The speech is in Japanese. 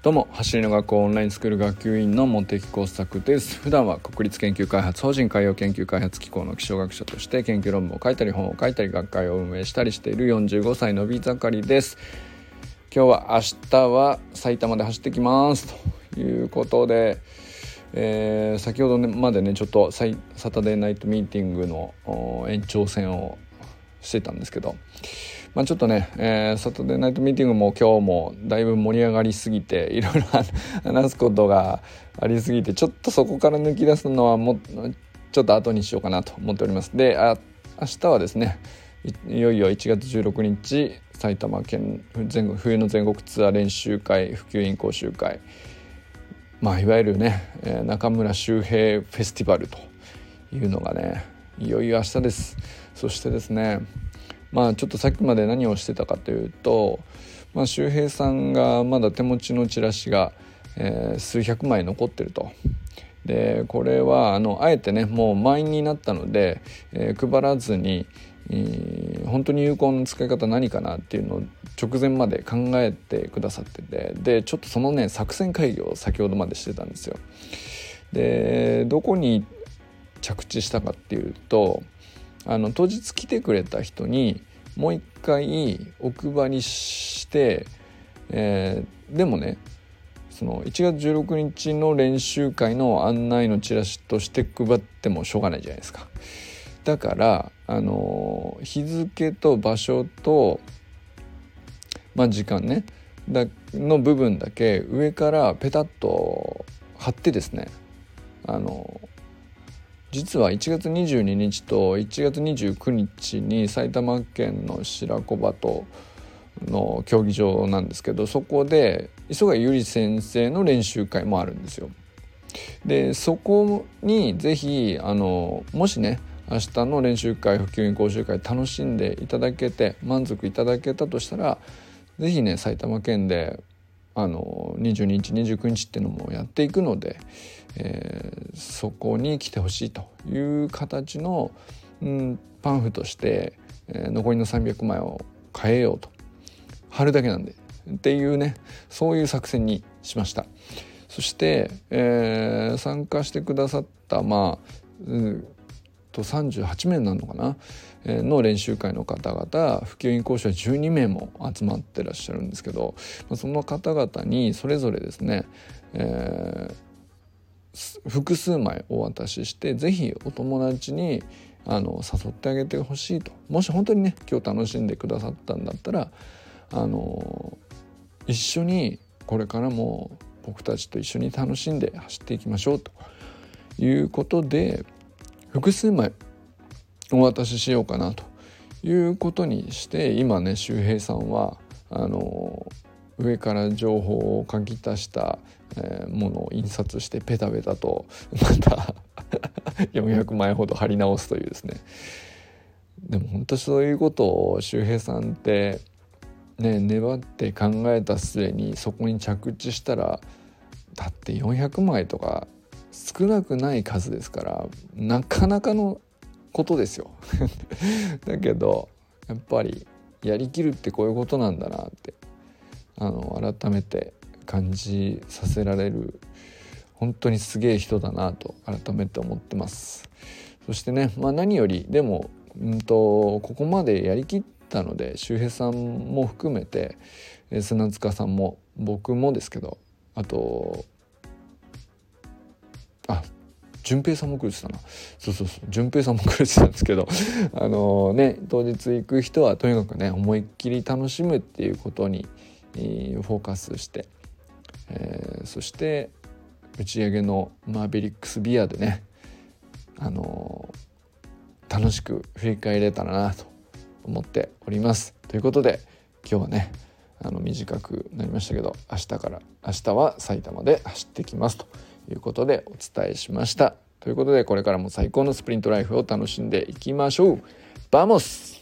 どうも、走りの学校オンラインスクール学級委員の茂木耕作です。普段は国立研究開発法人海洋研究開発機構の気象学者として研究論文を書いたり本を書いたり学会を運営したりしている45歳のび盛りです。今日は明日は埼玉で走ってきますということで、先ほどまでねちょっとサタデーナイトミーティングの延長戦をしてたんですけど、ちょっとね、サタデーナイトミーティングも今日もだいぶ盛り上がりすぎていろいろ話すことがありすぎて、ちょっとそこから抜き出すのはもうちょっと後にしようかなと思っております。で、明日はですね、いよいよ1月16日埼玉県冬の全国ツアー練習会普及員講習会、いわゆるね、中村周平フェスティバルというのがねいよいよ明日です。そしてですね、ちょっとさっきまで何をしてたかというと、周平さんがまだ手持ちのチラシが、数百枚残ってると。でこれはあえてねもう満員になったので、配らずに、本当に有効な使い方何かなっていうのを直前まで考えてくださってて、でちょっとそのね作戦会議を先ほどまでしてたんですよ。でどこに着地したかっていうと、当日来てくれた人にもう一回お配りして、でもねその1月16日の練習会の案内のチラシとして配ってもしょうがないじゃないですか。だから日付と場所と、時間ねの部分だけ上からペタッと貼ってですね、実は1月22日と1月29日に埼玉県の白子鳩の競技場なんですけど、そこで磯貝ゆり先生の練習会もあるんですよ。でそこにぜひもしね明日の練習会普及員講習会楽しんでいただけて満足いただけたとしたら、ぜひね埼玉県で22日29日っていうのもやっていくので、そこに来てほしいという形の、パンフとして、残りの300枚を変えようと、貼るだけなんでっていうね、そういう作戦にしました。そして、参加してくださった38名なのかな、の練習会の方々、普及員講師は12名も集まってらっしゃるんですけど、その方々にそれぞれですね、複数枚お渡しして、ぜひお友達に誘ってあげてほしいと。もし本当にね今日楽しんでくださったんだったら一緒にこれからも僕たちと一緒に楽しんで走っていきましょうということで、複数枚お渡ししようかなということにして、今ね周平さんは上から情報を書き足したものを印刷してペタペタとまた400枚ほど貼り直すというですね。でも本当そういうことを周平さんってね粘って考えた末にそこに着地したら、だって400枚とか少なくない数ですから、なかなかのことですよだけどやっぱりやりきるってこういうことなんだなって改めて感じさせられる、本当にすげえ人だなと改めて思ってます。そしてね、何よりでもここまでやりきったので、周平さんも含めて砂塚さんも僕もですけど、あと順平さんも来るってたな。そう順平さんも来るってたんですけど当日行く人はとにかくね思いっきり楽しむっていうことにフォーカスして、そして打ち上げのマーベリックスビアでね楽しく振り返れたらなと思っております。ということで今日はね短くなりましたけど、明日は埼玉で走ってきますということでお伝えしました。ということでこれからも最高のスプリントライフを楽しんでいきましょう。バモス。